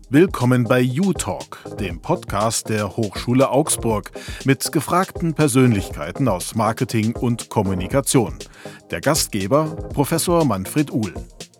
Willkommen bei U-Talk, dem Podcast der Hochschule Augsburg mit gefragten Persönlichkeiten aus Marketing und Kommunikation. Der Gastgeber Professor Manfred Uhl.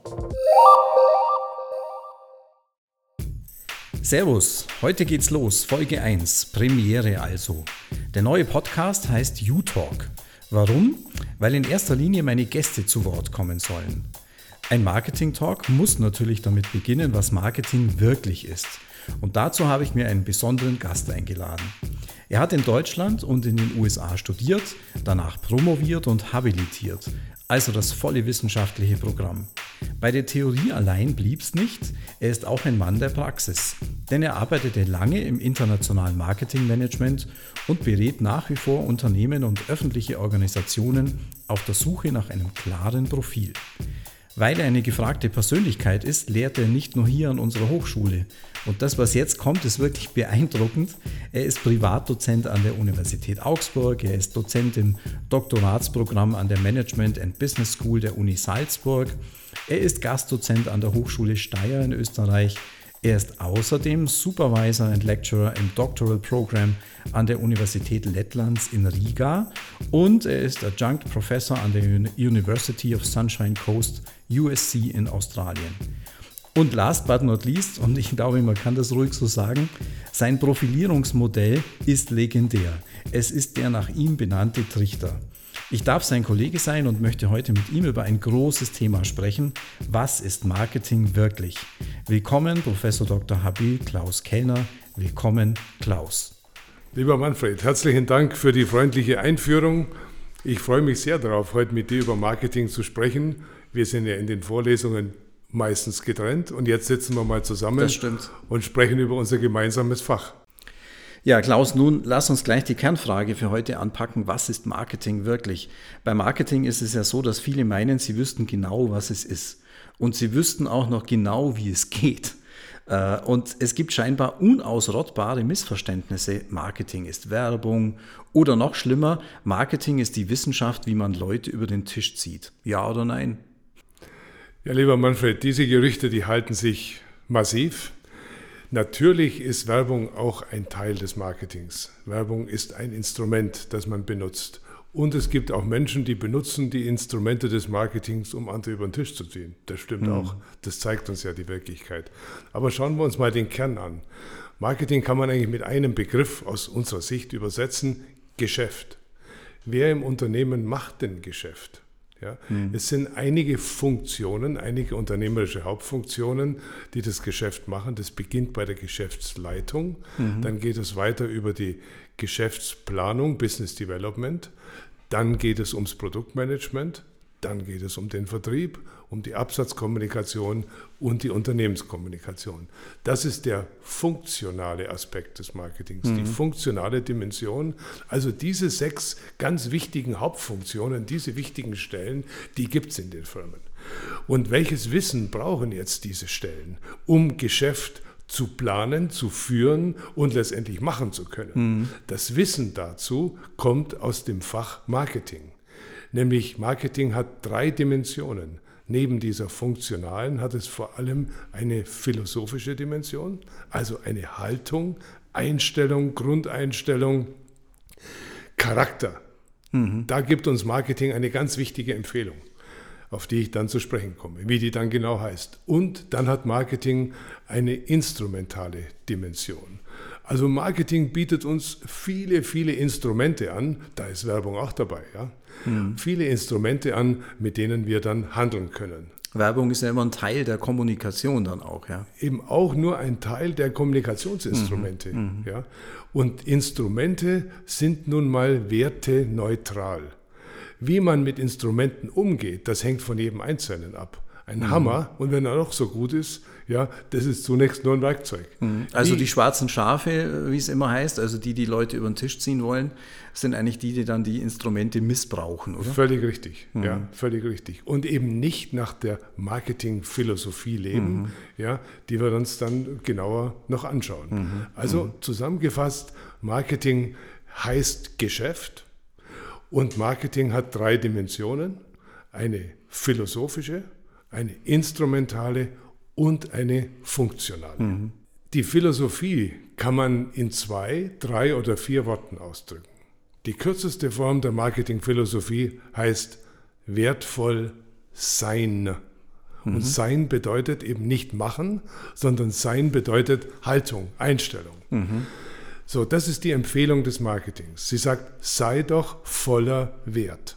Servus, heute geht's los, Folge 1, Premiere also. Der neue Podcast heißt U-Talk. Warum? Weil in erster Linie meine Gäste zu Wort kommen sollen. Ein Marketing-Talk muss natürlich damit beginnen, was Marketing wirklich ist. Und dazu habe ich mir einen besonderen Gast eingeladen. Er hat in Deutschland und in den USA studiert, danach promoviert und habilitiert, also das volle wissenschaftliche Programm. Bei der Theorie allein blieb's nicht, er ist auch ein Mann der Praxis, denn er arbeitete lange im internationalen Marketingmanagement und berät nach wie vor Unternehmen und öffentliche Organisationen auf der Suche nach einem klaren Profil. Weil er eine gefragte Persönlichkeit ist, lehrt er nicht nur hier an unserer Hochschule. Und das, was jetzt kommt, ist wirklich beeindruckend. Er ist Privatdozent an der Universität Augsburg, er ist Dozent im Doktoratsprogramm an der Management and Business School der Uni Salzburg, er ist Gastdozent an der Hochschule Steyr in Österreich, er ist außerdem Supervisor and Lecturer im Doctoral Program an der Universität Lettlands in Riga und er ist Adjunct Professor an der University of Sunshine Coast, USC in Australien. Und last but not least, und ich glaube, man kann das ruhig so sagen, sein Profilierungsmodell ist legendär. Es ist der nach ihm benannte Trichter. Ich darf sein Kollege sein und möchte heute mit ihm über ein großes Thema sprechen. Was ist Marketing wirklich? Willkommen, Professor Dr. Habil Klaus Kellner. Willkommen, Klaus. Lieber Manfred, herzlichen Dank für die freundliche Einführung. Ich freue mich sehr darauf, heute mit dir über Marketing zu sprechen. Wir sind ja in den Vorlesungen meistens getrennt und jetzt sitzen wir mal zusammen und sprechen über unser gemeinsames Fach. Ja, Klaus, nun lass uns gleich die Kernfrage für heute anpacken. Was ist Marketing wirklich? Bei Marketing ist es ja so, dass viele meinen, sie wüssten genau, was es ist. Und sie wüssten auch noch genau, wie es geht. Und es gibt scheinbar unausrottbare Missverständnisse. Marketing ist Werbung oder noch schlimmer, Marketing ist die Wissenschaft, wie man Leute über den Tisch zieht. Ja oder nein? Ja, lieber Manfred, diese Gerüchte, die halten sich massiv. Natürlich ist Werbung auch ein Teil des Marketings. Werbung ist ein Instrument, das man benutzt. Und es gibt auch Menschen, die benutzen die Instrumente des Marketings, um andere über den Tisch zu ziehen. Das stimmt auch. Das zeigt uns ja die Wirklichkeit. Aber schauen wir uns mal den Kern an. Marketing kann man eigentlich mit einem Begriff aus unserer Sicht übersetzen: Geschäft. Wer im Unternehmen macht denn Geschäft? Ja, es sind einige Funktionen, einige unternehmerische Hauptfunktionen, die das Geschäft machen. Das beginnt bei der Geschäftsleitung, dann geht es weiter über die Geschäftsplanung, Business Development, dann geht es ums Produktmanagement, dann geht es um den Vertrieb, um die Absatzkommunikation und die Unternehmenskommunikation. Das ist der funktionale Aspekt des Marketings, die funktionale Dimension. Also diese 6 ganz wichtigen Hauptfunktionen, diese wichtigen Stellen, die gibt es in den Firmen. Und welches Wissen brauchen jetzt diese Stellen, um Geschäft zu planen, zu führen und letztendlich machen zu können? Das Wissen dazu kommt aus dem Fach Marketing. Nämlich Marketing hat 3 Dimensionen. Neben dieser funktionalen hat es vor allem eine philosophische Dimension, also eine Haltung, Einstellung, Grundeinstellung, Charakter. Da gibt uns Marketing eine ganz wichtige Empfehlung, auf die ich dann zu sprechen komme, wie die dann genau heißt. Und dann hat Marketing eine instrumentale Dimension. Also Marketing bietet uns viele, viele Instrumente an, da ist Werbung auch dabei, ja? Viele Instrumente an, mit denen wir dann handeln können. Werbung ist ja immer ein Teil der Kommunikation dann auch, ja? Eben auch nur ein Teil der Kommunikationsinstrumente. Ja? Und Instrumente sind nun mal werteneutral. Wie man mit Instrumenten umgeht, das hängt von jedem Einzelnen ab. Ein Hammer, und wenn er noch so gut ist, ja, das ist zunächst nur ein Werkzeug. Also die schwarzen Schafe, wie es immer heißt, also die Leute über den Tisch ziehen wollen, sind eigentlich die dann die Instrumente missbrauchen, oder? Völlig richtig, ja, völlig richtig. Und eben nicht nach der Marketingphilosophie leben, ja, die wir uns dann genauer noch anschauen. Also zusammengefasst, Marketing heißt Geschäft und Marketing hat 3 Dimensionen: eine philosophische, eine instrumentale und eine funktionale. Die Philosophie kann man in 2, 3 oder 4 Worten ausdrücken. Die kürzeste Form der Marketingphilosophie heißt wertvoll sein. Und sein bedeutet eben nicht machen, sondern sein bedeutet Haltung, Einstellung. So, das ist die Empfehlung des Marketings. Sie sagt, sei doch voller Wert.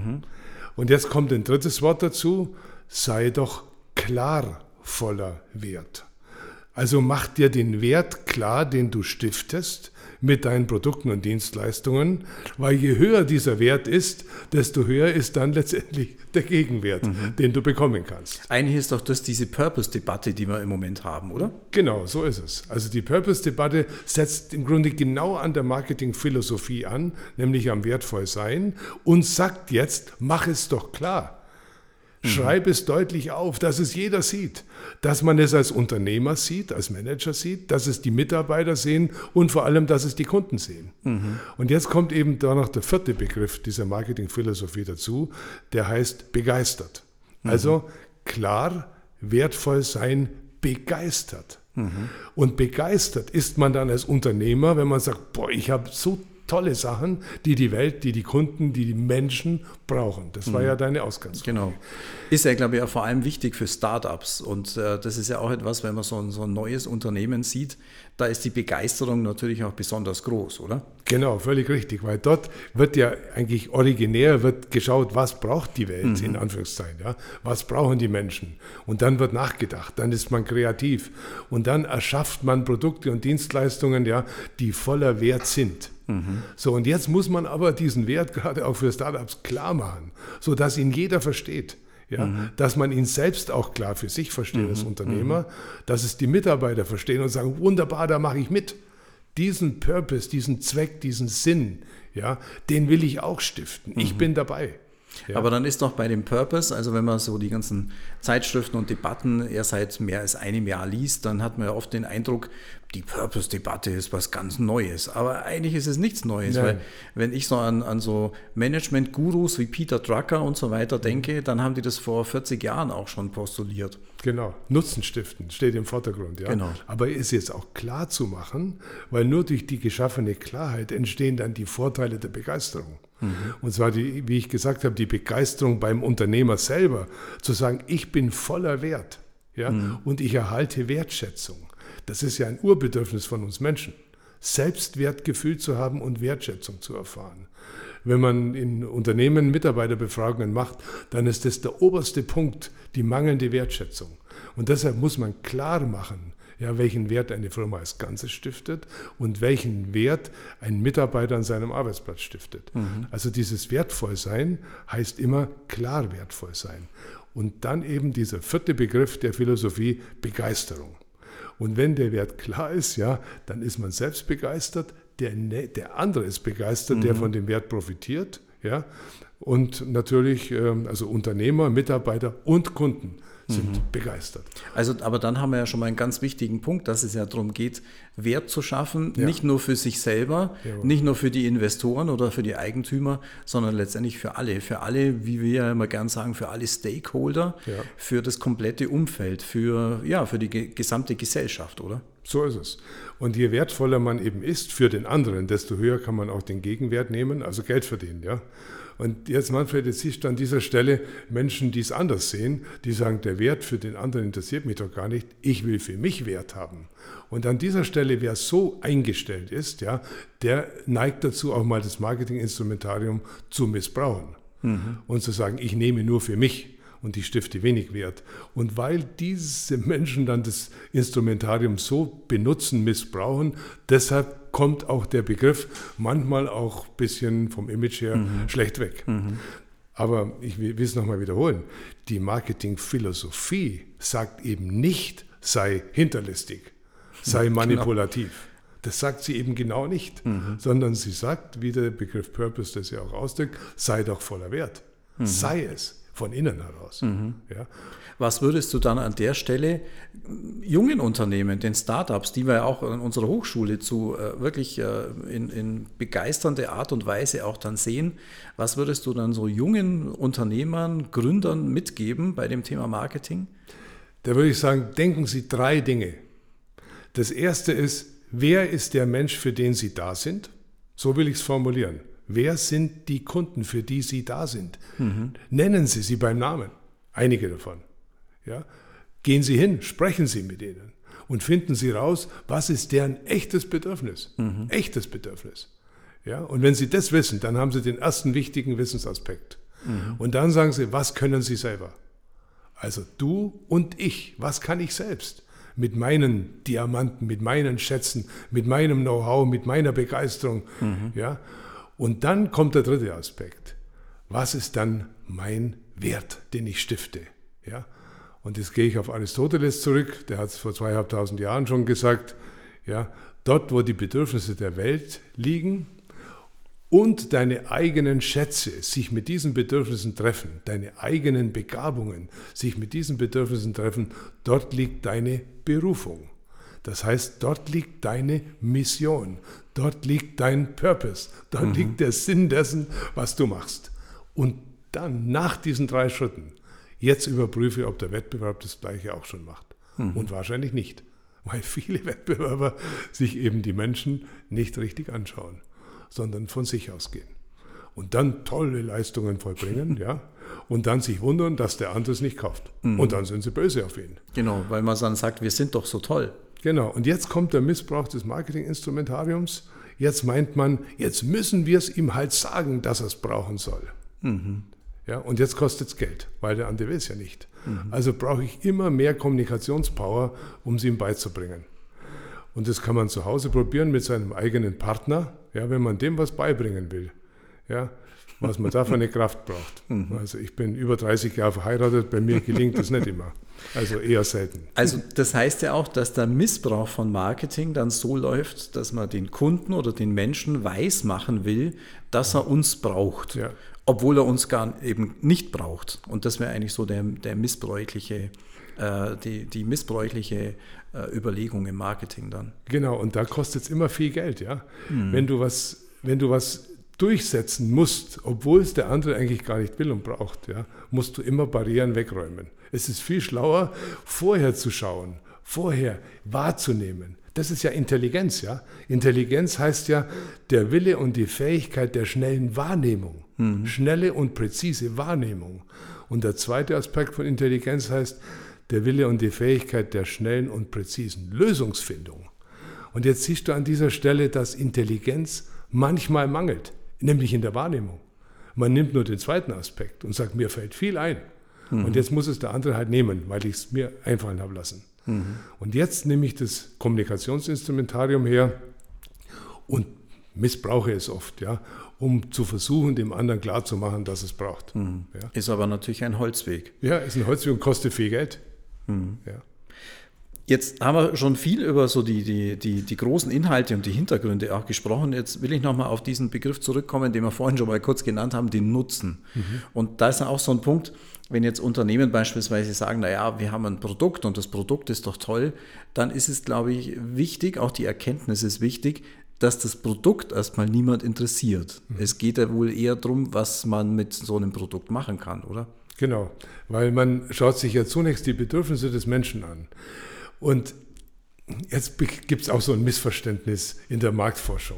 Und jetzt kommt ein drittes Wort dazu, sei doch klar voller Wert. Also mach dir den Wert klar, den du stiftest mit deinen Produkten und Dienstleistungen, weil je höher dieser Wert ist, desto höher ist dann letztendlich der Gegenwert, den du bekommen kannst. Eigentlich ist doch das diese Purpose-Debatte, die wir im Moment haben, oder? Genau, so ist es. Also die Purpose-Debatte setzt im Grunde genau an der Marketingphilosophie an, nämlich am Wertvollsein und sagt jetzt, mach es doch klar. Schreib es deutlich auf, dass es jeder sieht, dass man es als Unternehmer sieht, als Manager sieht, dass es die Mitarbeiter sehen und vor allem, dass es die Kunden sehen. Und jetzt kommt eben da noch der 4. Begriff dieser Marketingphilosophie dazu, der heißt begeistert. Also klar, wertvoll sein, begeistert. Und begeistert ist man dann als Unternehmer, wenn man sagt, boah, ich habe so tolle Sachen, die die Welt, die Kunden, die Menschen brauchen. Das war ja deine Ausgangsfrage. Genau. Ist ja, glaube ich, auch vor allem wichtig für Startups. Und das ist ja auch etwas, wenn man so ein neues Unternehmen sieht, da ist die Begeisterung natürlich auch besonders groß, oder? Genau, völlig richtig, weil dort wird ja eigentlich originär wird geschaut, was braucht die Welt, in Anführungszeichen, ja? Was brauchen die Menschen? Und dann wird nachgedacht, dann ist man kreativ und dann erschafft man Produkte und Dienstleistungen, ja, die voller Wert sind. So, und jetzt muss man aber diesen Wert gerade auch für Startups klar machen, sodass ihn jeder versteht. Ja, dass man ihn selbst auch klar für sich versteht als Unternehmer, dass es die Mitarbeiter verstehen und sagen, wunderbar, da mache ich mit. Diesen Purpose, diesen Zweck, diesen Sinn, ja, den will ich auch stiften. Ich bin dabei. Ja. Aber dann ist doch bei dem Purpose, also wenn man so die ganzen Zeitschriften und Debatten eher seit mehr als einem Jahr liest, dann hat man ja oft den Eindruck, die Purpose-Debatte ist was ganz Neues. Aber eigentlich ist es nichts Neues, weil wenn ich so an so Management-Gurus wie Peter Drucker und so weiter denke, dann haben die das vor 40 Jahren auch schon postuliert. Genau, Nutzen stiften steht im Vordergrund. Ja? Genau. Aber ist jetzt auch klar zu machen, weil nur durch die geschaffene Klarheit entstehen dann die Vorteile der Begeisterung. Und zwar, wie ich gesagt habe, die Begeisterung beim Unternehmer selber, zu sagen, ich bin voller Wert, ja? Und ich erhalte Wertschätzung. Das ist ja ein Urbedürfnis von uns Menschen, Selbstwertgefühl zu haben und Wertschätzung zu erfahren. Wenn man in Unternehmen Mitarbeiterbefragungen macht, dann ist das der oberste Punkt, die mangelnde Wertschätzung. Und deshalb muss man klar machen, ja, welchen Wert eine Firma als Ganzes stiftet und welchen Wert ein Mitarbeiter an seinem Arbeitsplatz stiftet. Also dieses Wertvollsein heißt immer klar wertvoll sein. Und dann eben dieser 4. Begriff der Philosophie, Begeisterung. Und wenn der Wert klar ist, ja, dann ist man selbst begeistert, der andere ist begeistert, der von dem Wert profitiert, ja, und natürlich also Unternehmer, Mitarbeiter und Kunden sind begeistert. Also, aber dann haben wir ja schon mal einen ganz wichtigen Punkt, dass es ja darum geht, Wert zu schaffen, nicht nur für sich selber, nicht nur für die Investoren oder für die Eigentümer, sondern letztendlich für alle, wie wir ja immer gern sagen, für alle Stakeholder, für das komplette Umfeld, für die gesamte Gesellschaft, oder? So ist es. Und je wertvoller man eben ist für den anderen, desto höher kann man auch den Gegenwert nehmen, also Geld verdienen, ja. Und jetzt, Manfred, jetzt siehst du an dieser Stelle Menschen, die es anders sehen, die sagen, der Wert für den anderen interessiert mich doch gar nicht, ich will für mich Wert haben. Und an dieser Stelle, wer so eingestellt ist, ja, der neigt dazu, auch mal das Marketinginstrumentarium zu missbrauchen und zu sagen, ich nehme nur für mich und ich stifte wenig Wert. Und weil diese Menschen dann das Instrumentarium so benutzen, missbrauchen, deshalb kommt auch der Begriff manchmal auch ein bisschen vom Image her schlecht weg. Aber ich will es nochmal wiederholen. Die Marketingphilosophie sagt eben nicht, sei hinterlistig, sei manipulativ. Genau. Das sagt sie eben genau nicht, sondern sie sagt, wie der Begriff Purpose das ja auch ausdrückt, sei doch voller Wert. Sei es. Von innen heraus. Ja. Was würdest du dann an der Stelle jungen Unternehmen, den Startups, die wir ja auch an unserer Hochschule zu wirklich in begeisternde Art und Weise auch dann sehen, was würdest du dann so jungen Unternehmern, Gründern mitgeben bei dem Thema Marketing? Da würde ich sagen, denken Sie 3 Dinge. Das erste ist, wer ist der Mensch, für den Sie da sind? So will ich es formulieren. Wer sind die Kunden, für die Sie da sind? Nennen Sie sie beim Namen, einige davon. Ja? Gehen Sie hin, sprechen Sie mit ihnen und finden Sie raus, was ist deren echtes Bedürfnis. Echtes Bedürfnis. Ja? Und wenn Sie das wissen, dann haben Sie den ersten wichtigen Wissensaspekt. Und dann sagen Sie, was können Sie selber? Also du und ich, was kann ich selbst? Mit meinen Diamanten, mit meinen Schätzen, mit meinem Know-how, mit meiner Begeisterung. Ja? Und dann kommt der dritte Aspekt. Was ist dann mein Wert, den ich stifte? Ja? Und jetzt gehe ich auf Aristoteles zurück, der hat es vor 2500 Jahren schon gesagt, ja, dort, wo die Bedürfnisse der Welt liegen und deine eigenen Schätze sich mit diesen Bedürfnissen treffen, deine eigenen Begabungen sich mit diesen Bedürfnissen treffen, dort liegt deine Berufung. Das heißt, dort liegt deine Mission, dort liegt dein Purpose, dort liegt der Sinn dessen, was du machst. Und dann, nach diesen 3 Schritten, jetzt überprüfe, ob der Wettbewerb das Gleiche auch schon macht. Und wahrscheinlich nicht, weil viele Wettbewerber sich eben die Menschen nicht richtig anschauen, sondern von sich ausgehen. Und dann tolle Leistungen vollbringen, ja, und dann sich wundern, dass der andere es nicht kauft. Und dann sind sie böse auf ihn. Genau, weil man dann sagt, wir sind doch so toll. Genau, und jetzt kommt der Missbrauch des Marketinginstrumentariums. Jetzt meint man, jetzt müssen wir es ihm halt sagen, dass er es brauchen soll. Ja, und jetzt kostet es Geld, weil der andere will es ja nicht. Also brauche ich immer mehr Kommunikationspower, um es ihm beizubringen. Und das kann man zu Hause probieren mit seinem eigenen Partner, ja, wenn man dem was beibringen will, ja, was man da für eine Kraft braucht. Also ich bin über 30 Jahre verheiratet, bei mir gelingt das nicht immer, also eher selten. Also das heißt ja auch, dass der Missbrauch von Marketing dann so läuft, dass man den Kunden oder den Menschen weismachen will, dass er uns braucht, Ja. obwohl er uns gar eben nicht braucht. Und das wäre eigentlich so der missbräuchliche, die missbräuchliche Überlegung im Marketing dann. Genau, und da kostet es immer viel Geld, ja. Wenn du was durchsetzen musst, obwohl es der andere eigentlich gar nicht will und braucht, ja, musst du immer Barrieren wegräumen. Es ist viel schlauer, vorher zu schauen, vorher wahrzunehmen. Das ist ja Intelligenz, ja. Intelligenz heißt ja der Wille und die Fähigkeit der schnellen Wahrnehmung. Schnelle und präzise Wahrnehmung. Und der zweite Aspekt von Intelligenz heißt der Wille und die Fähigkeit der schnellen und präzisen Lösungsfindung. Und jetzt siehst du an dieser Stelle, dass Intelligenz manchmal mangelt, nämlich in der Wahrnehmung. Man nimmt nur den zweiten Aspekt und sagt, mir fällt viel ein. Und jetzt muss es der andere halt nehmen, weil ich es mir einfallen habe lassen. Und jetzt nehme ich das Kommunikationsinstrumentarium her und missbrauche es oft, ja, um zu versuchen, dem anderen klarzumachen, dass es braucht. Ja. Ist aber natürlich ein Holzweg. Ja, ist ein Holzweg und kostet viel Geld. Ja. Jetzt haben wir schon viel über so die großen Inhalte und die Hintergründe auch gesprochen. Jetzt will ich nochmal auf diesen Begriff zurückkommen, den wir vorhin schon mal kurz genannt haben, den Nutzen. Und da ist auch so ein Punkt, wenn jetzt Unternehmen beispielsweise sagen, naja, wir haben ein Produkt und das Produkt ist doch toll, dann ist es, glaube ich, wichtig, auch die Erkenntnis ist wichtig, dass das Produkt erstmal niemand interessiert. Es geht ja wohl eher darum, was man mit so einem Produkt machen kann, oder? Genau, weil man schaut sich ja zunächst die Bedürfnisse des Menschen an. Und jetzt gibt es auch so ein Missverständnis in der Marktforschung.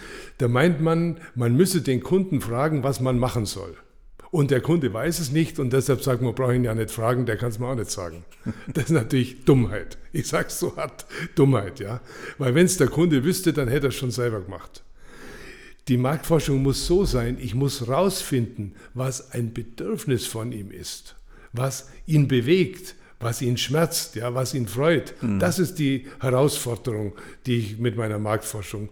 Da meint man, man müsse den Kunden fragen, was man machen soll. Und der Kunde weiß es nicht und deshalb sagt man, brauche ihn ja nicht fragen, der kann es mir auch nicht sagen. Das ist natürlich Dummheit. Ich sage es so hart, Dummheit, ja. Weil wenn es der Kunde wüsste, dann hätte er es schon selber gemacht. Die Marktforschung muss so sein, ich muss rausfinden, was ein Bedürfnis von ihm ist, was ihn bewegt, was ihn schmerzt, ja, was ihn freut. Das ist die Herausforderung, die ich mit meiner Marktforschung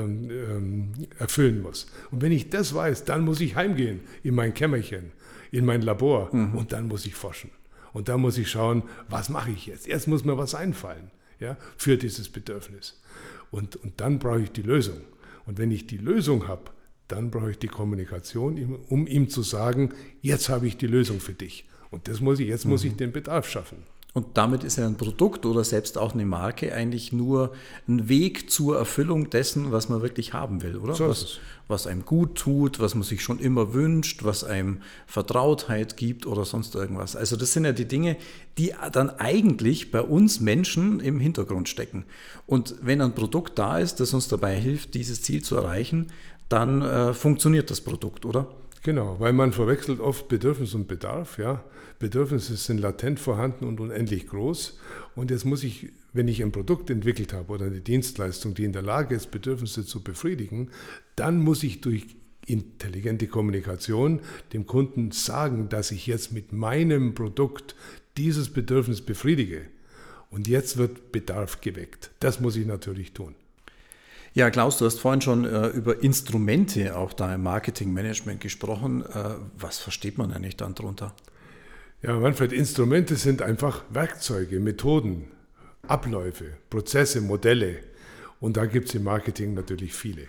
erfüllen muss. Und wenn ich das weiß, dann muss ich heimgehen in mein Kämmerchen, in mein Labor und dann muss ich forschen. Und dann muss ich schauen, was mache ich jetzt? Erst muss mir was einfallen, ja, für dieses Bedürfnis. Und dann brauche ich die Lösung. Und wenn ich die Lösung habe, dann brauche ich die Kommunikation, um ihm zu sagen, jetzt habe ich die Lösung für dich. Und das muss ich, jetzt muss ich den Bedarf schaffen. Und damit ist ja ein Produkt oder selbst auch eine Marke eigentlich nur ein Weg zur Erfüllung dessen, was man wirklich haben will, oder? So Was einem gut tut, was man sich schon immer wünscht, was einem Vertrautheit gibt oder sonst irgendwas. Also das sind ja die Dinge, die dann eigentlich bei uns Menschen im Hintergrund stecken. Und wenn ein Produkt da ist, das uns dabei hilft, dieses Ziel zu erreichen, dann funktioniert das Produkt, oder? Genau, weil man verwechselt oft Bedürfnis und Bedarf. Ja? Bedürfnisse sind latent vorhanden und unendlich groß. Und jetzt muss ich, wenn ich ein Produkt entwickelt habe oder eine Dienstleistung, die in der Lage ist, Bedürfnisse zu befriedigen, dann muss ich durch intelligente Kommunikation dem Kunden sagen, dass ich jetzt mit meinem Produkt dieses Bedürfnis befriedige. Und jetzt wird Bedarf geweckt. Das muss ich natürlich tun. Ja, Klaus, du hast vorhin schon über Instrumente auch da im Marketingmanagement gesprochen. Was versteht man eigentlich dann drunter? Ja, Manfred, Instrumente sind einfach Werkzeuge, Methoden, Abläufe, Prozesse, Modelle. Und da gibt es im Marketing natürlich viele.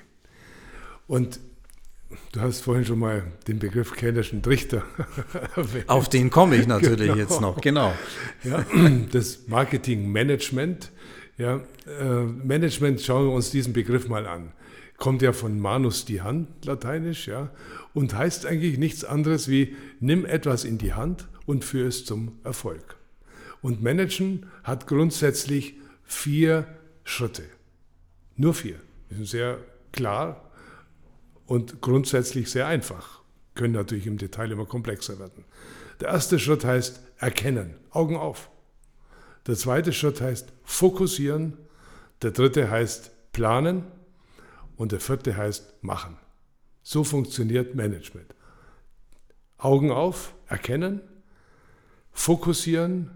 Und du hast vorhin schon mal den Begriff kellnerschen Trichter erwähnt. Auf den komme ich natürlich jetzt noch, genau. Ja, das Marketingmanagement. Ja, Management, schauen wir uns diesen Begriff mal an. Kommt ja von manus die Hand, lateinisch, ja, und heißt eigentlich nichts anderes wie, nimm etwas in die Hand und führe es zum Erfolg. Und Managen hat grundsätzlich 4 Schritte. Nur 4. Die sind sehr klar und grundsätzlich sehr einfach. Können natürlich im Detail immer komplexer werden. Der erste Schritt heißt erkennen, Augen auf. Der zweite Schritt heißt fokussieren, der dritte heißt planen und der vierte heißt machen. So funktioniert Management. Augen auf, erkennen, fokussieren,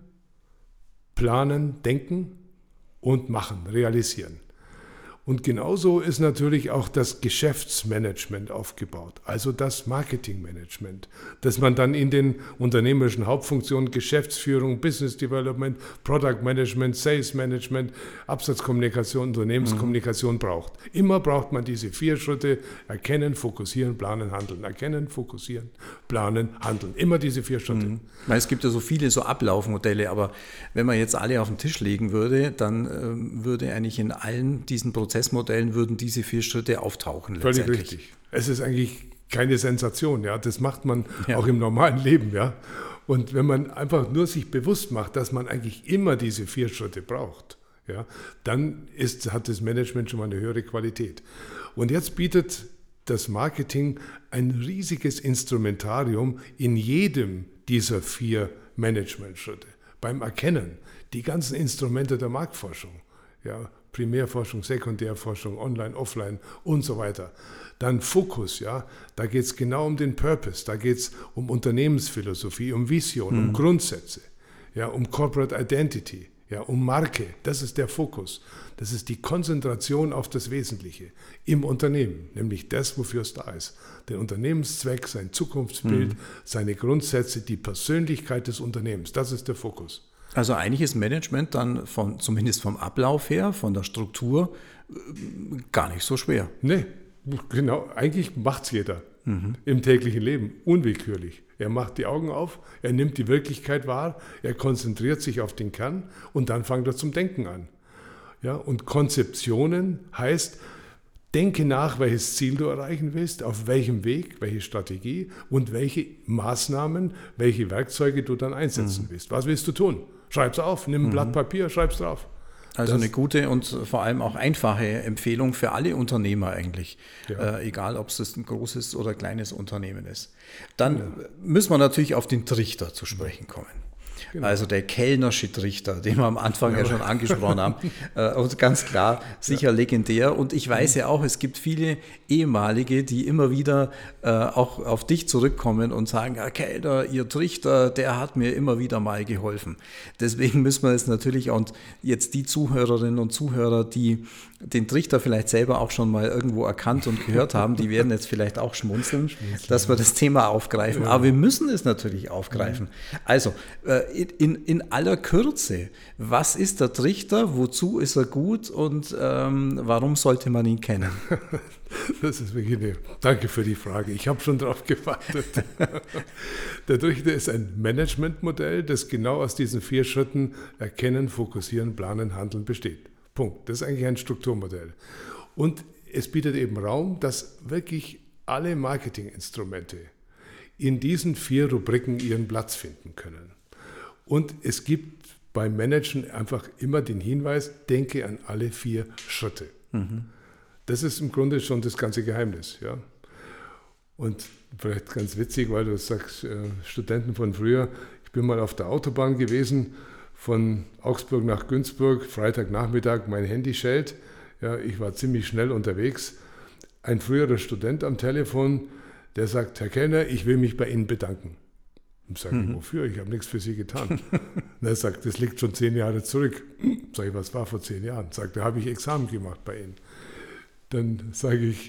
planen, denken und machen, realisieren. Und genauso ist natürlich auch das Geschäftsmanagement aufgebaut, also das Marketingmanagement, das man dann in den unternehmerischen Hauptfunktionen Geschäftsführung, Business Development, Product Management, Sales Management, Absatzkommunikation, Unternehmenskommunikation braucht. Immer braucht man diese 4 Schritte: erkennen, fokussieren, planen, handeln. Erkennen, fokussieren, planen, handeln. Immer diese 4 Schritte. Weil es gibt ja so viele so Ablaufmodelle, aber wenn man jetzt alle auf den Tisch legen würde, dann würde eigentlich in allen diesen Prozessmodellen würden diese 4 Schritte auftauchen. Völlig richtig. Es ist eigentlich keine Sensation, ja. Das macht man auch im normalen Leben, ja. Und wenn man einfach nur sich bewusst macht, dass man eigentlich immer diese 4 Schritte braucht, ja, dann hat das Management schon mal eine höhere Qualität. Und jetzt bietet das Marketing ein riesiges Instrumentarium in jedem dieser 4 Management-Schritte. Beim Erkennen, die ganzen Instrumente der Marktforschung, ja, Primärforschung, Sekundärforschung, Online, Offline und so weiter. Dann Fokus, ja, da geht es genau um den Purpose, da geht es um Unternehmensphilosophie, um Vision, um Grundsätze, ja, um Corporate Identity, ja, um Marke. Das ist der Fokus. Das ist die Konzentration auf das Wesentliche im Unternehmen, nämlich das, wofür es da ist. Den Unternehmenszweck, sein Zukunftsbild, seine Grundsätze, die Persönlichkeit des Unternehmens. Das ist der Fokus. Also eigentlich ist Management dann zumindest vom Ablauf her, von der Struktur, gar nicht so schwer. Nee, genau. Eigentlich macht es jeder im täglichen Leben, unwillkürlich. Er macht die Augen auf, er nimmt die Wirklichkeit wahr, er konzentriert sich auf den Kern und dann fängt er zum Denken an. Ja, und Konzeptionen heißt, denke nach, welches Ziel du erreichen willst, auf welchem Weg, welche Strategie und welche Maßnahmen, welche Werkzeuge du dann einsetzen willst. Was willst du tun? Schreib's auf, nimm ein Blatt Papier, schreib's drauf. Also eine gute und vor allem auch einfache Empfehlung für alle Unternehmer eigentlich, egal ob es ein großes oder kleines Unternehmen ist. Dann müssen wir natürlich auf den Trichter zu sprechen kommen. Genau. Also der kellnersche Trichter, den wir am Anfang ja schon angesprochen haben. Und ganz klar, sicher legendär. Und ich weiß ja auch, es gibt viele ehemalige, die immer wieder auch auf dich zurückkommen und sagen, Herr Kellner, Ihr Trichter, der hat mir immer wieder mal geholfen. Deswegen müssen wir es natürlich, und jetzt die Zuhörerinnen und Zuhörer, die den Trichter vielleicht selber auch schon mal irgendwo erkannt und gehört haben, die werden jetzt vielleicht auch schmunzeln, dass wir das Thema aufgreifen. Ja. Aber wir müssen es natürlich aufgreifen. Also, in aller Kürze, was ist der Trichter, wozu ist er gut und warum sollte man ihn kennen? Das ist wirklich danke für die Frage. Ich habe schon darauf gewartet. Der Trichter ist ein Managementmodell, das genau aus diesen 4 Schritten erkennen, fokussieren, planen, handeln besteht. Punkt. Das ist eigentlich ein Strukturmodell. Und es bietet eben Raum, dass wirklich alle Marketinginstrumente in diesen 4 Rubriken ihren Platz finden können. Und es gibt beim Managen einfach immer den Hinweis, denke an alle 4 Schritte. Das ist im Grunde schon das ganze Geheimnis. Ja? Und vielleicht ganz witzig, weil du sagst, Studenten von früher, ich bin mal auf der Autobahn gewesen, von Augsburg nach Günzburg, Freitagnachmittag, mein Handy schellt. Ja, ich war ziemlich schnell unterwegs. Ein früherer Student am Telefon, der sagt, Herr Kellner, ich will mich bei Ihnen bedanken. Und sage ich, wofür? Ich habe nichts für Sie getan. Und er sagt, das liegt schon 10 Jahre zurück. Sage ich, was war vor 10 Jahren? Sagt, da habe ich Examen gemacht bei Ihnen. Dann sage ich,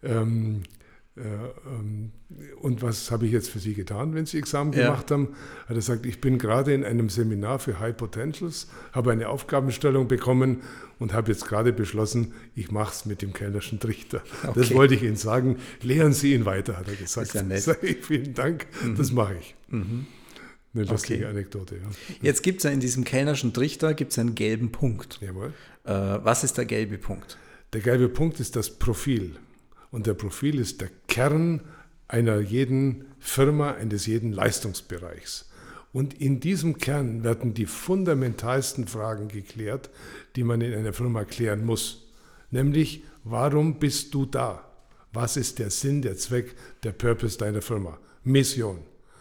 und was habe ich jetzt für Sie getan, wenn Sie Examen gemacht haben? Hat er gesagt, ich bin gerade in einem Seminar für High Potentials, habe eine Aufgabenstellung bekommen und habe jetzt gerade beschlossen, ich mache es mit dem Kellnerschen Trichter. Okay. Das wollte ich Ihnen sagen. Lehren Sie ihn weiter, hat er gesagt. Ist ja nett. Sag ich, vielen Dank, das mache ich. Eine lustige Anekdote. Ja. Jetzt gibt es ja in diesem Kellnerschen Trichter einen gelben Punkt. Jawohl. Was ist der gelbe Punkt? Der gelbe Punkt ist das Profil. Und der Profil ist der Kern einer jeden Firma, eines jeden Leistungsbereichs. Und in diesem Kern werden die fundamentalsten Fragen geklärt, die man in einer Firma klären muss. Nämlich, warum bist du da? Was ist der Sinn, der Zweck, der Purpose deiner Firma? Mission.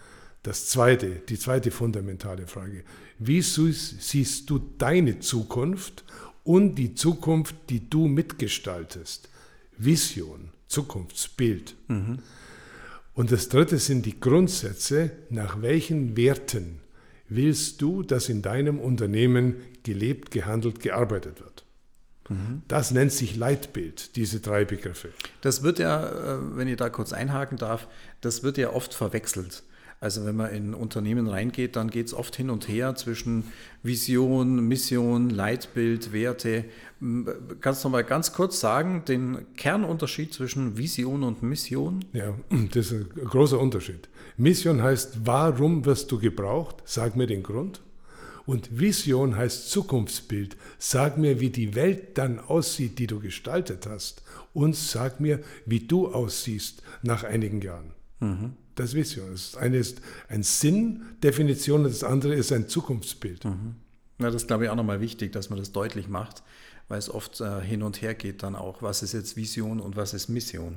Die zweite fundamentale Frage. Wie siehst du deine Zukunft und die Zukunft, die du mitgestaltest? Vision, Zukunftsbild. Und das dritte sind die Grundsätze, nach welchen Werten willst du, dass in deinem Unternehmen gelebt, gehandelt, gearbeitet wird. Das nennt sich Leitbild, diese 3 Begriffe. Das wird ja, wenn ich da kurz einhaken darf, das wird ja oft verwechselt. Also wenn man in Unternehmen reingeht, dann geht es oft hin und her zwischen Vision, Mission, Leitbild, Werte. Kannst du noch mal ganz kurz sagen, den Kernunterschied zwischen Vision und Mission? Ja, das ist ein großer Unterschied. Mission heißt, warum wirst du gebraucht? Sag mir den Grund. Und Vision heißt Zukunftsbild. Sag mir, wie die Welt dann aussieht, die du gestaltet hast. Und sag mir, wie du aussiehst nach einigen Jahren. Das ist Vision. Das eine ist ein Sinndefinition und das andere ist ein Zukunftsbild. Ja, das ist, glaube ich, auch nochmal wichtig, dass man das deutlich macht, weil es oft hin und her geht dann auch. Was ist jetzt Vision und was ist Mission?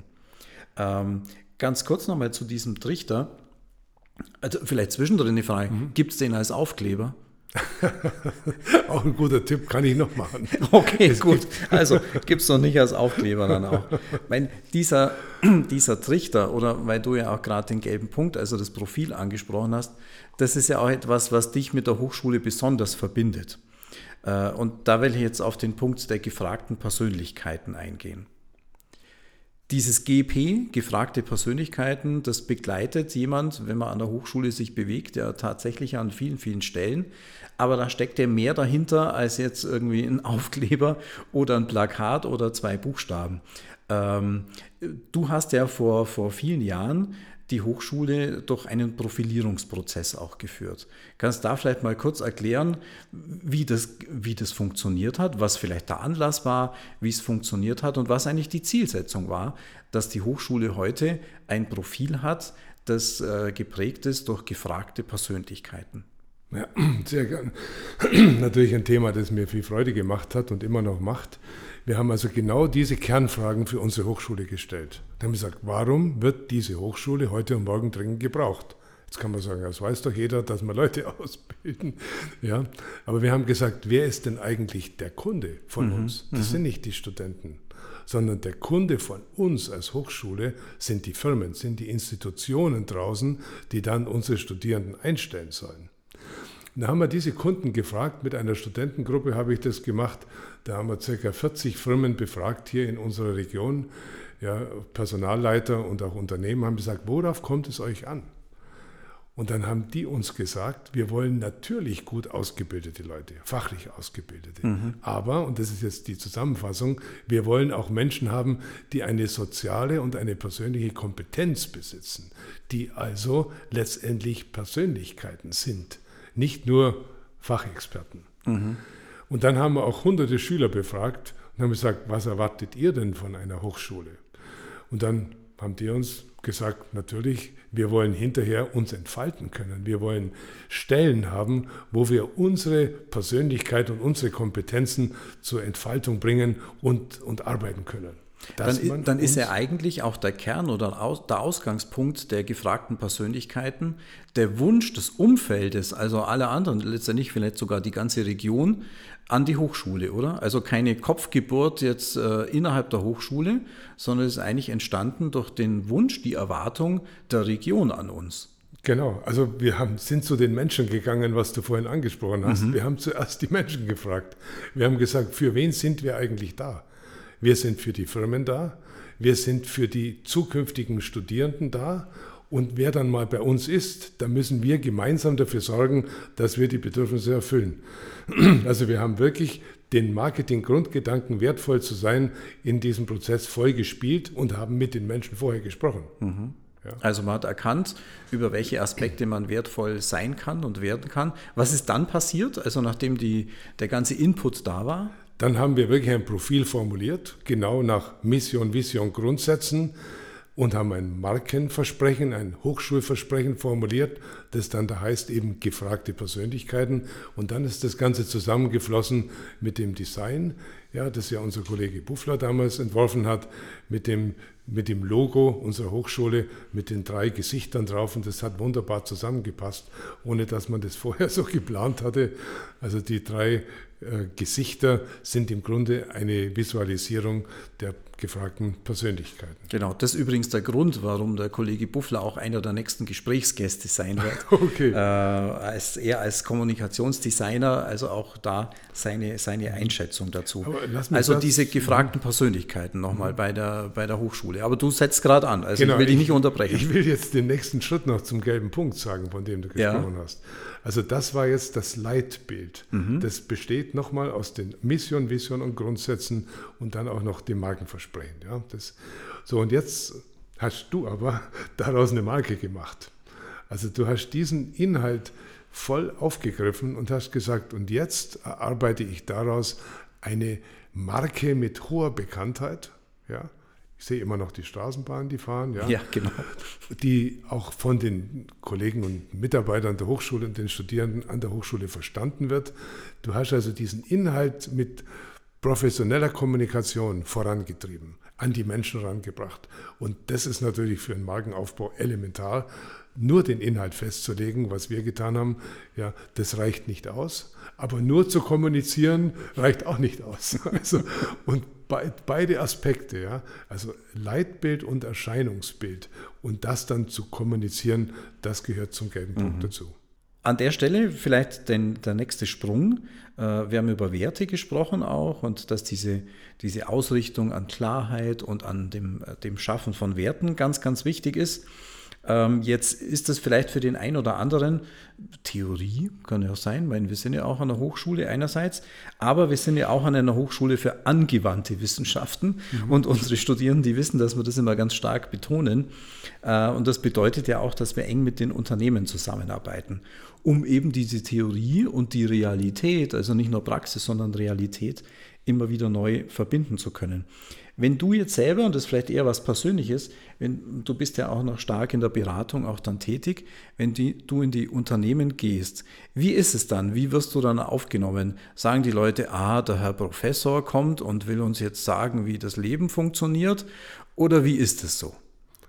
Ganz kurz nochmal zu diesem Trichter. Also vielleicht zwischendrin eine Frage. Gibt es den als Aufkleber? Auch ein guter Tipp, kann ich noch machen. Okay, gut. Also gibt es noch nicht als Aufkleber dann auch. Dieser Trichter, oder weil du ja auch gerade den gelben Punkt, also das Profil angesprochen hast, das ist ja auch etwas, was dich mit der Hochschule besonders verbindet. Und da will ich jetzt auf den Punkt der gefragten Persönlichkeiten eingehen. Dieses GP, gefragte Persönlichkeiten, das begleitet jemand, wenn man an der Hochschule sich bewegt, ja tatsächlich an vielen, vielen Stellen. Aber da steckt ja mehr dahinter als jetzt irgendwie ein Aufkleber oder ein Plakat oder 2 Buchstaben. Du hast ja vor vielen Jahren die Hochschule durch einen Profilierungsprozess auch geführt. Kannst du da vielleicht mal kurz erklären, wie das funktioniert hat, was vielleicht der Anlass war, wie es funktioniert hat und was eigentlich die Zielsetzung war, dass die Hochschule heute ein Profil hat, das geprägt ist durch gefragte Persönlichkeiten? Ja, sehr gern. Natürlich ein Thema, das mir viel Freude gemacht hat und immer noch macht. Wir haben also genau diese Kernfragen für unsere Hochschule gestellt. Wir haben gesagt, warum wird diese Hochschule heute und morgen dringend gebraucht? Jetzt kann man sagen, das weiß doch jeder, dass wir Leute ausbilden. Ja, aber wir haben gesagt, wer ist denn eigentlich der Kunde von uns? Das sind nicht die Studenten, sondern der Kunde von uns als Hochschule sind die Firmen, sind die Institutionen draußen, die dann unsere Studierenden einstellen sollen. Da haben wir diese Kunden gefragt, mit einer Studentengruppe habe ich das gemacht, da haben wir ca. 40 Firmen befragt hier in unserer Region, ja, Personalleiter und auch Unternehmen haben gesagt, worauf kommt es euch an? Und dann haben die uns gesagt, wir wollen natürlich gut ausgebildete Leute, fachlich ausgebildete. Aber, und das ist jetzt die Zusammenfassung, wir wollen auch Menschen haben, die eine soziale und eine persönliche Kompetenz besitzen, die also letztendlich Persönlichkeiten sind, nicht nur Fachexperten. Und dann haben wir auch hunderte Schüler befragt und haben gesagt, was erwartet ihr denn von einer Hochschule? Und dann haben die uns gesagt, natürlich, wir wollen hinterher uns entfalten können. Wir wollen Stellen haben, wo wir unsere Persönlichkeit und unsere Kompetenzen zur Entfaltung bringen und arbeiten können. Dann ist ja eigentlich auch der Kern oder der Ausgangspunkt der gefragten Persönlichkeiten der Wunsch des Umfeldes, also alle anderen, letztendlich vielleicht sogar die ganze Region, an die Hochschule, oder? Also keine Kopfgeburt jetzt innerhalb der Hochschule, sondern es ist eigentlich entstanden durch den Wunsch, die Erwartung der Region an uns. Genau, also wir sind zu den Menschen gegangen, was du vorhin angesprochen hast. Wir haben zuerst die Menschen gefragt. Wir haben gesagt, für wen sind wir eigentlich da? Wir sind für die Firmen da, wir sind für die zukünftigen Studierenden da und wer dann mal bei uns ist, da müssen wir gemeinsam dafür sorgen, dass wir die Bedürfnisse erfüllen. Also wir haben wirklich den Marketing-Grundgedanken, wertvoll zu sein, in diesem Prozess voll gespielt und haben mit den Menschen vorher gesprochen. Ja. Also man hat erkannt, über welche Aspekte man wertvoll sein kann und werden kann. Was ist dann passiert, also nachdem der ganze Input da war? Dann haben wir wirklich ein Profil formuliert, genau nach Mission, Vision, Grundsätzen und haben ein Markenversprechen, ein Hochschulversprechen formuliert, das dann da heißt eben gefragte Persönlichkeiten. Und dann ist das Ganze zusammengeflossen mit dem Design, ja, das ja unser Kollege Buffler damals entworfen hat, mit dem Logo unserer Hochschule, mit den 3 Gesichtern drauf. Und das hat wunderbar zusammengepasst, ohne dass man das vorher so geplant hatte. Also die 3 Gesichter sind im Grunde eine Visualisierung der gefragten Persönlichkeiten. Genau, das ist übrigens der Grund, warum der Kollege Buffler auch einer der nächsten Gesprächsgäste sein wird. Okay. Er als Kommunikationsdesigner, also auch da seine Einschätzung dazu. Also diese gefragten Persönlichkeiten nochmal bei der Hochschule. Aber du setzt gerade an, also genau, ich will dich nicht unterbrechen. Ich will jetzt den nächsten Schritt noch zum gelben Punkt sagen, von dem du gesprochen hast. Also das war jetzt das Leitbild. Das besteht nochmal aus den Mission, Vision und Grundsätzen und dann auch noch dem Markenversprechen. Ja, so, und jetzt hast du aber daraus eine Marke gemacht. Also du hast diesen Inhalt voll aufgegriffen und hast gesagt, und jetzt erarbeite ich daraus eine Marke mit hoher Bekanntheit. Ja. Ich sehe immer noch die Straßenbahnen, die fahren, ja, genau, die auch von den Kollegen und Mitarbeitern der Hochschule und den Studierenden an der Hochschule verstanden wird. Du hast also diesen Inhalt mit professioneller Kommunikation vorangetrieben, an die Menschen herangebracht. Und das ist natürlich für einen Markenaufbau elementar. Nur den Inhalt festzulegen, was wir getan haben, ja, das reicht nicht aus. Aber nur zu kommunizieren reicht auch nicht aus. Also, und beide Aspekte, ja, also Leitbild und Erscheinungsbild und das dann zu kommunizieren, das gehört zum gelben Punkt dazu. An der Stelle vielleicht der nächste Sprung. Wir haben über Werte gesprochen auch und dass diese Ausrichtung an Klarheit und an dem Schaffen von Werten ganz, ganz wichtig ist. Jetzt ist das vielleicht für den einen oder anderen Theorie, kann ja auch sein, weil wir sind ja auch an der Hochschule einerseits, aber wir sind ja auch an einer Hochschule für angewandte Wissenschaften und unsere Studierenden, die wissen, dass wir das immer ganz stark betonen und das bedeutet ja auch, dass wir eng mit den Unternehmen zusammenarbeiten, um eben diese Theorie und die Realität, also nicht nur Praxis, sondern Realität, immer wieder neu verbinden zu können. Wenn du jetzt selber, und das ist vielleicht eher was Persönliches, du bist ja auch noch stark in der Beratung auch dann tätig, wenn du in die Unternehmen gehst, wie ist es dann? Wie wirst du dann aufgenommen? Sagen die Leute, der Herr Professor kommt und will uns jetzt sagen, wie das Leben funktioniert? Oder wie ist es so?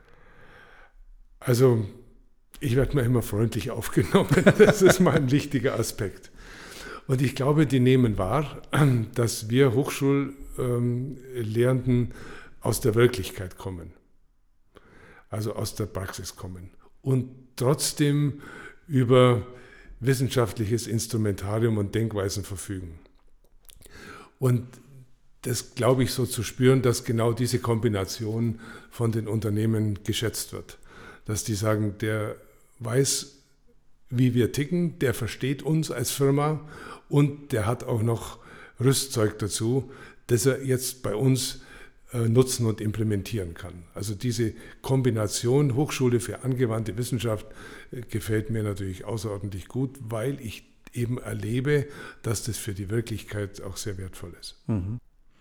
Also, ich werde mal immer freundlich aufgenommen. Das ist mal ein wichtiger Aspekt. Und ich glaube, die nehmen wahr, dass wir Hochschullehrenden aus der Wirklichkeit kommen, also aus der Praxis kommen und trotzdem über wissenschaftliches Instrumentarium und Denkweisen verfügen. Und das glaube ich so zu spüren, dass genau diese Kombination von den Unternehmen geschätzt wird. Dass die sagen, der weiß wie wir ticken, der versteht uns als Firma und der hat auch noch Rüstzeug dazu, das er jetzt bei uns nutzen und implementieren kann. Also diese Kombination Hochschule für angewandte Wissenschaft gefällt mir natürlich außerordentlich gut, weil ich eben erlebe, dass das für die Wirklichkeit auch sehr wertvoll ist. Mhm.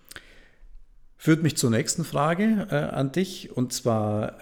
Führt mich zur nächsten Frage an dich, und zwar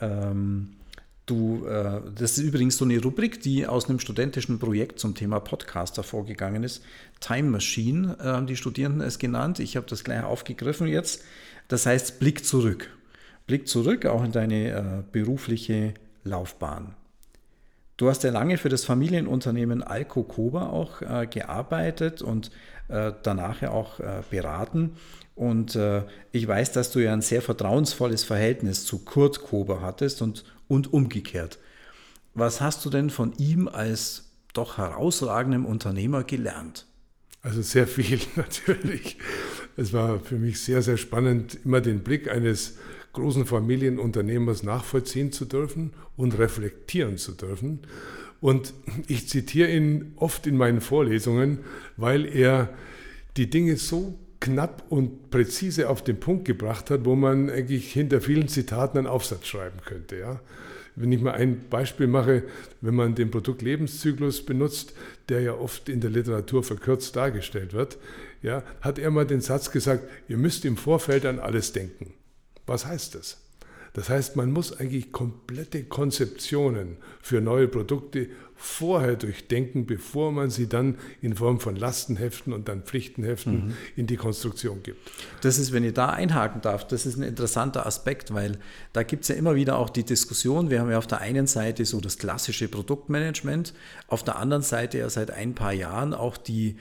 das ist übrigens so eine Rubrik, die aus einem studentischen Projekt zum Thema Podcast hervorgegangen ist. Time Machine haben die Studierenden es genannt. Ich habe das gleich aufgegriffen jetzt. Das heißt Blick zurück. Blick zurück auch in deine berufliche Laufbahn. Du hast ja lange für das Familienunternehmen Alco Kober auch gearbeitet und danach ja auch beraten. Und ich weiß, dass du ja ein sehr vertrauensvolles Verhältnis zu Kurt Kober hattest und umgekehrt. Was hast du denn von ihm als doch herausragendem Unternehmer gelernt? Also sehr viel natürlich. Es war für mich sehr, sehr spannend, immer den Blick eines großen Familienunternehmers nachvollziehen zu dürfen und reflektieren zu dürfen. Und ich zitiere ihn oft in meinen Vorlesungen, weil er die Dinge so knapp und präzise auf den Punkt gebracht hat, wo man eigentlich hinter vielen Zitaten einen Aufsatz schreiben könnte. Ja. Wenn ich mal ein Beispiel mache, wenn man den Produktlebenszyklus benutzt, der ja oft in der Literatur verkürzt dargestellt wird, ja, hat er mal den Satz gesagt, ihr müsst im Vorfeld an alles denken. Was heißt das? Das heißt, man muss eigentlich komplette Konzeptionen für neue Produkte vorher durchdenken, bevor man sie dann in Form von Lastenheften und dann Pflichtenheften in die Konstruktion gibt. Das ist, wenn ich da einhaken darf, das ist ein interessanter Aspekt, weil da gibt es ja immer wieder auch die Diskussion, wir haben ja auf der einen Seite so das klassische Produktmanagement, auf der anderen Seite ja seit ein paar Jahren auch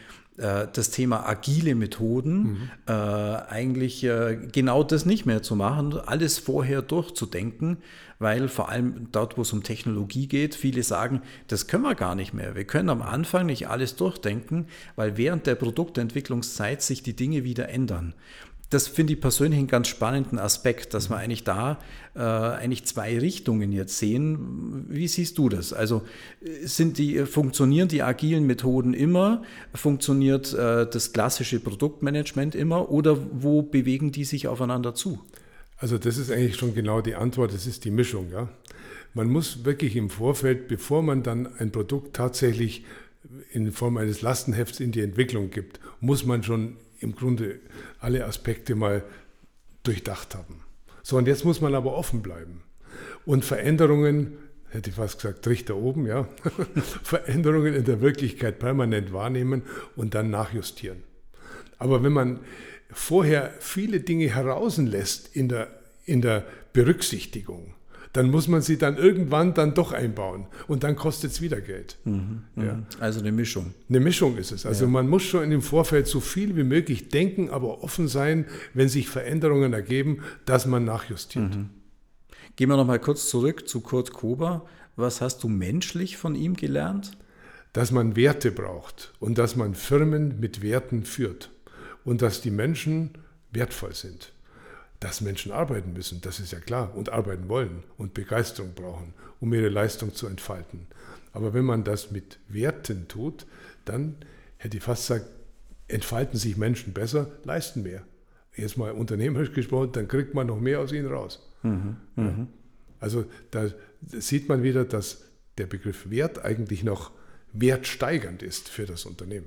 das Thema agile Methoden, eigentlich genau das nicht mehr zu machen, alles vorher durchzudenken, weil vor allem dort, wo es um Technologie geht, viele sagen, das können wir gar nicht mehr. Wir können am Anfang nicht alles durchdenken, weil während der Produktentwicklungszeit sich die Dinge wieder ändern. Das finde ich persönlich einen ganz spannenden Aspekt, dass wir eigentlich da eigentlich zwei Richtungen jetzt sehen. Wie siehst du das? Also funktionieren die agilen Methoden immer? Funktioniert das klassische Produktmanagement immer? Oder wo bewegen die sich aufeinander zu? Also das ist eigentlich schon genau die Antwort, das ist die Mischung. Ja? Man muss wirklich im Vorfeld, bevor man dann ein Produkt tatsächlich in Form eines Lastenhefts in die Entwicklung gibt, muss man schon im Grunde alle Aspekte mal durchdacht haben. So, und jetzt muss man aber offen bleiben. Und Veränderungen, hätte ich fast gesagt, Trichter oben, ja, Veränderungen in der Wirklichkeit permanent wahrnehmen und dann nachjustieren. Aber wenn man vorher viele Dinge herauslässt in der Berücksichtigung, dann muss man sie dann irgendwann dann doch einbauen und dann kostet es wieder Geld. Ja. Also eine Mischung. Eine Mischung ist es. Also man muss schon in dem Vorfeld so viel wie möglich denken, aber offen sein, wenn sich Veränderungen ergeben, dass man nachjustiert. Gehen wir noch mal kurz zurück zu Kurt Kober. Was hast du menschlich von ihm gelernt? Dass man Werte braucht und dass man Firmen mit Werten führt und dass die Menschen wertvoll sind. Dass Menschen arbeiten müssen, das ist ja klar, und arbeiten wollen und Begeisterung brauchen, um ihre Leistung zu entfalten. Aber wenn man das mit Werten tut, dann hätte ich fast gesagt, entfalten sich Menschen besser, leisten mehr. Jetzt mal unternehmerisch gesprochen, dann kriegt man noch mehr aus ihnen raus. Ja. Also da sieht man wieder, dass der Begriff Wert eigentlich noch wertsteigernd ist für das Unternehmen.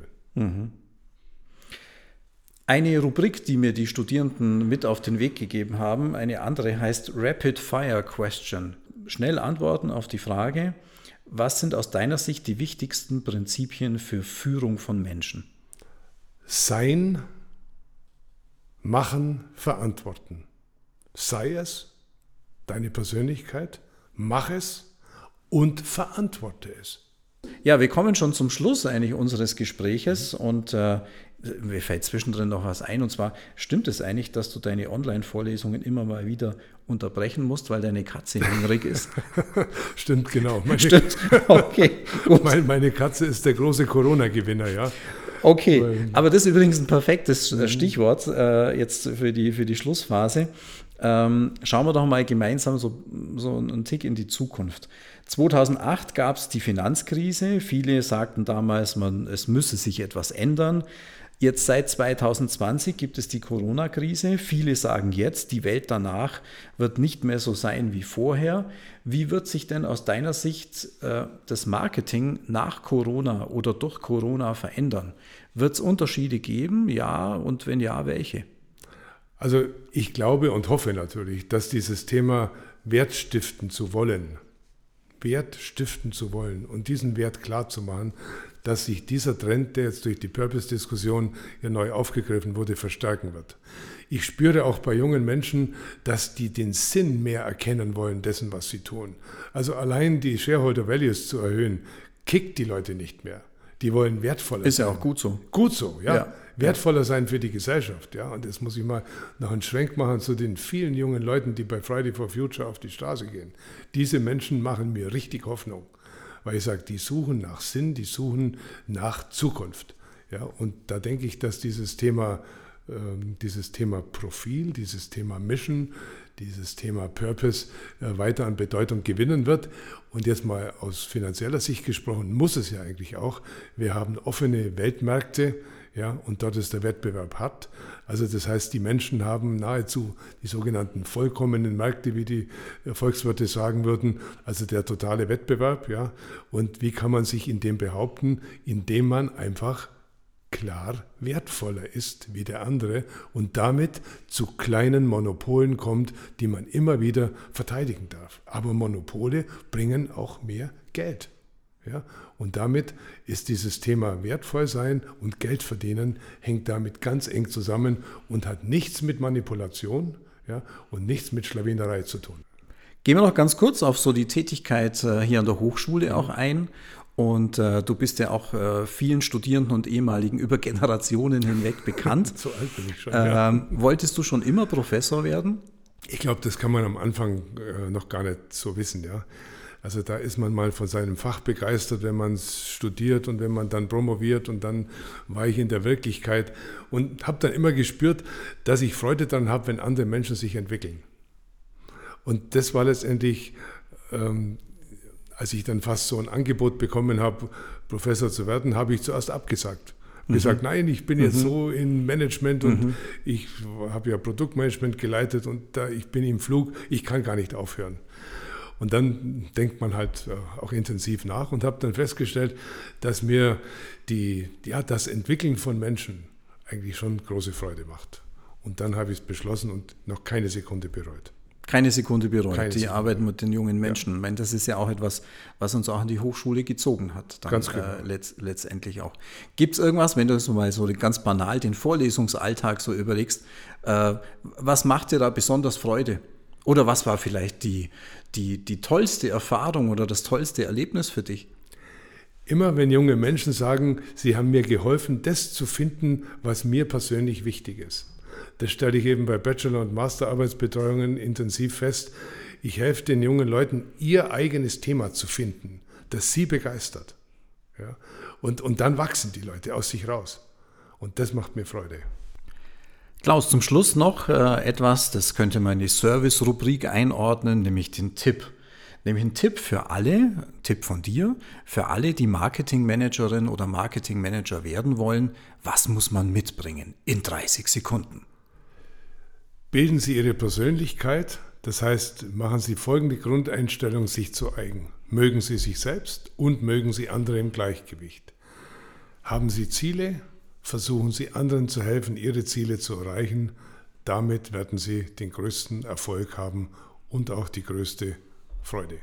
Eine Rubrik, die mir die Studierenden mit auf den Weg gegeben haben, eine andere heißt Rapid Fire Question. Schnell antworten auf die Frage, was sind aus deiner Sicht die wichtigsten Prinzipien für Führung von Menschen? Sein, machen, verantworten. Sei es, deine Persönlichkeit, mach es und verantworte es. Ja, wir kommen schon zum Schluss eigentlich unseres Gespräches und mir fällt zwischendrin noch was ein, und zwar stimmt es eigentlich, dass du deine Online-Vorlesungen immer mal wieder unterbrechen musst, weil deine Katze hungrig ist? Stimmt, genau. Stimmt, okay, gut. Meine Katze ist der große Corona-Gewinner, ja. Okay, aber das ist übrigens ein perfektes Stichwort jetzt für die Schlussphase. Schauen wir doch mal gemeinsam so einen Tick in die Zukunft. 2008 gab es die Finanzkrise. Viele sagten damals, es müsse sich etwas ändern. Jetzt seit 2020 gibt es die Corona-Krise. Viele sagen jetzt, die Welt danach wird nicht mehr so sein wie vorher. Wie wird sich denn aus deiner Sicht das Marketing nach Corona oder durch Corona verändern? Wird es Unterschiede geben? Ja, und wenn ja, welche? Also ich glaube und hoffe natürlich, dass dieses Thema Wert stiften zu wollen und diesen Wert klar zu machen, dass sich dieser Trend, der jetzt durch die Purpose-Diskussion ja neu aufgegriffen wurde, verstärken wird. Ich spüre auch bei jungen Menschen, dass die den Sinn mehr erkennen wollen dessen, was sie tun. Also allein die Shareholder Values zu erhöhen, kickt die Leute nicht mehr. Die wollen wertvoller sein. Ist ja auch gut so. Gut so, ja. Wertvoller sein für die Gesellschaft. Ja. Und jetzt muss ich mal noch einen Schwenk machen zu den vielen jungen Leuten, die bei Friday for Future auf die Straße gehen. Diese Menschen machen mir richtig Hoffnung. Weil ich sage, die suchen nach Sinn, die suchen nach Zukunft. Ja. Und da denke ich, dass dieses Thema Profil, dieses Thema Mission, dieses Thema Purpose weiter an Bedeutung gewinnen wird. Und jetzt mal aus finanzieller Sicht gesprochen, muss es ja eigentlich auch. Wir haben offene Weltmärkte, ja, und dort ist der Wettbewerb hart. Also das heißt, die Menschen haben nahezu die sogenannten vollkommenen Märkte, wie die Volkswirte sagen würden, also der totale Wettbewerb. Ja. Und wie kann man sich in dem behaupten? Indem man einfach klar wertvoller ist wie der andere und damit zu kleinen Monopolen kommt, die man immer wieder verteidigen darf. Aber Monopole bringen auch mehr Geld. Ja? Und damit ist dieses Thema wertvoll sein und Geld verdienen, hängt damit ganz eng zusammen und hat nichts mit Manipulation, ja, und nichts mit Schlawiner zu tun. Gehen wir noch ganz kurz auf so die Tätigkeit hier an der Hochschule auch ein. Und du bist ja auch vielen Studierenden und ehemaligen über Generationen hinweg bekannt. So alt bin ich schon, ja. Wolltest du schon immer Professor werden? Ich glaube, das kann man am Anfang noch gar nicht so wissen, ja. Also da ist man mal von seinem Fach begeistert, wenn man es studiert und wenn man dann promoviert, und dann war ich in der Wirklichkeit und habe dann immer gespürt, dass ich Freude daran habe, wenn andere Menschen sich entwickeln. Und das war letztendlich, als ich dann fast so ein Angebot bekommen habe, Professor zu werden, habe ich zuerst abgesagt. Gesagt, nein, ich bin jetzt so in Management und ich habe ja Produktmanagement geleitet und ich bin im Flug, ich kann gar nicht aufhören. Und dann denkt man halt auch intensiv nach und habe dann festgestellt, dass mir das Entwickeln von Menschen eigentlich schon große Freude macht. Und dann habe ich es beschlossen und noch keine Sekunde bereut. Keine Sekunde bereut, die Arbeit mit den jungen Menschen. Ja. Ich meine, das ist ja auch etwas, was uns auch an die Hochschule gezogen hat. Dann, ganz genau. Letztendlich auch. Gibt es irgendwas, wenn du so mal so ganz banal den Vorlesungsalltag so überlegst, was macht dir da besonders Freude? Oder was war vielleicht die tollste Erfahrung oder das tollste Erlebnis für dich? Immer wenn junge Menschen sagen, sie haben mir geholfen, das zu finden, was mir persönlich wichtig ist. Das stelle ich eben bei Bachelor- und Masterarbeitsbetreuungen intensiv fest. Ich helfe den jungen Leuten, ihr eigenes Thema zu finden, das sie begeistert. Ja? Und dann wachsen die Leute aus sich raus. Und das macht mir Freude. Klaus, zum Schluss noch etwas, das könnte man in die Service-Rubrik einordnen, nämlich den Tipp. Nämlich ein Tipp für alle, Tipp von dir, für alle, die Marketingmanagerin oder Marketingmanager werden wollen. Was muss man mitbringen in 30 Sekunden? Bilden Sie Ihre Persönlichkeit, das heißt, machen Sie folgende Grundeinstellung sich zu eigen. Mögen Sie sich selbst und mögen Sie andere im Gleichgewicht. Haben Sie Ziele? Versuchen Sie anderen zu helfen, Ihre Ziele zu erreichen. Damit werden Sie den größten Erfolg haben und auch die größte Freude.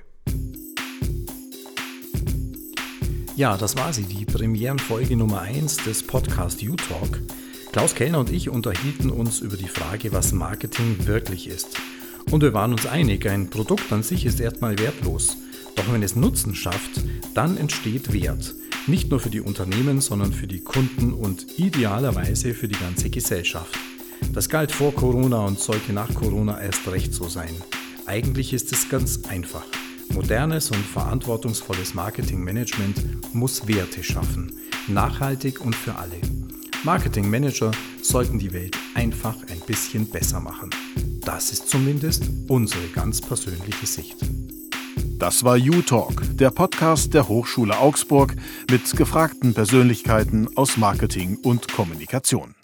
Ja, das war sie, die Premierenfolge Nummer 1 des Podcast U-Talk. Klaus Kellner und ich unterhielten uns über die Frage, was Marketing wirklich ist. Und wir waren uns einig, ein Produkt an sich ist erstmal wertlos. Doch wenn es Nutzen schafft, dann entsteht Wert. Nicht nur für die Unternehmen, sondern für die Kunden und idealerweise für die ganze Gesellschaft. Das galt vor Corona und sollte nach Corona erst recht so sein. Eigentlich ist es ganz einfach. Modernes und verantwortungsvolles Marketingmanagement muss Werte schaffen, nachhaltig und für alle. Marketingmanager sollten die Welt einfach ein bisschen besser machen. Das ist zumindest unsere ganz persönliche Sicht. Das war U-Talk, der Podcast der Hochschule Augsburg mit gefragten Persönlichkeiten aus Marketing und Kommunikation.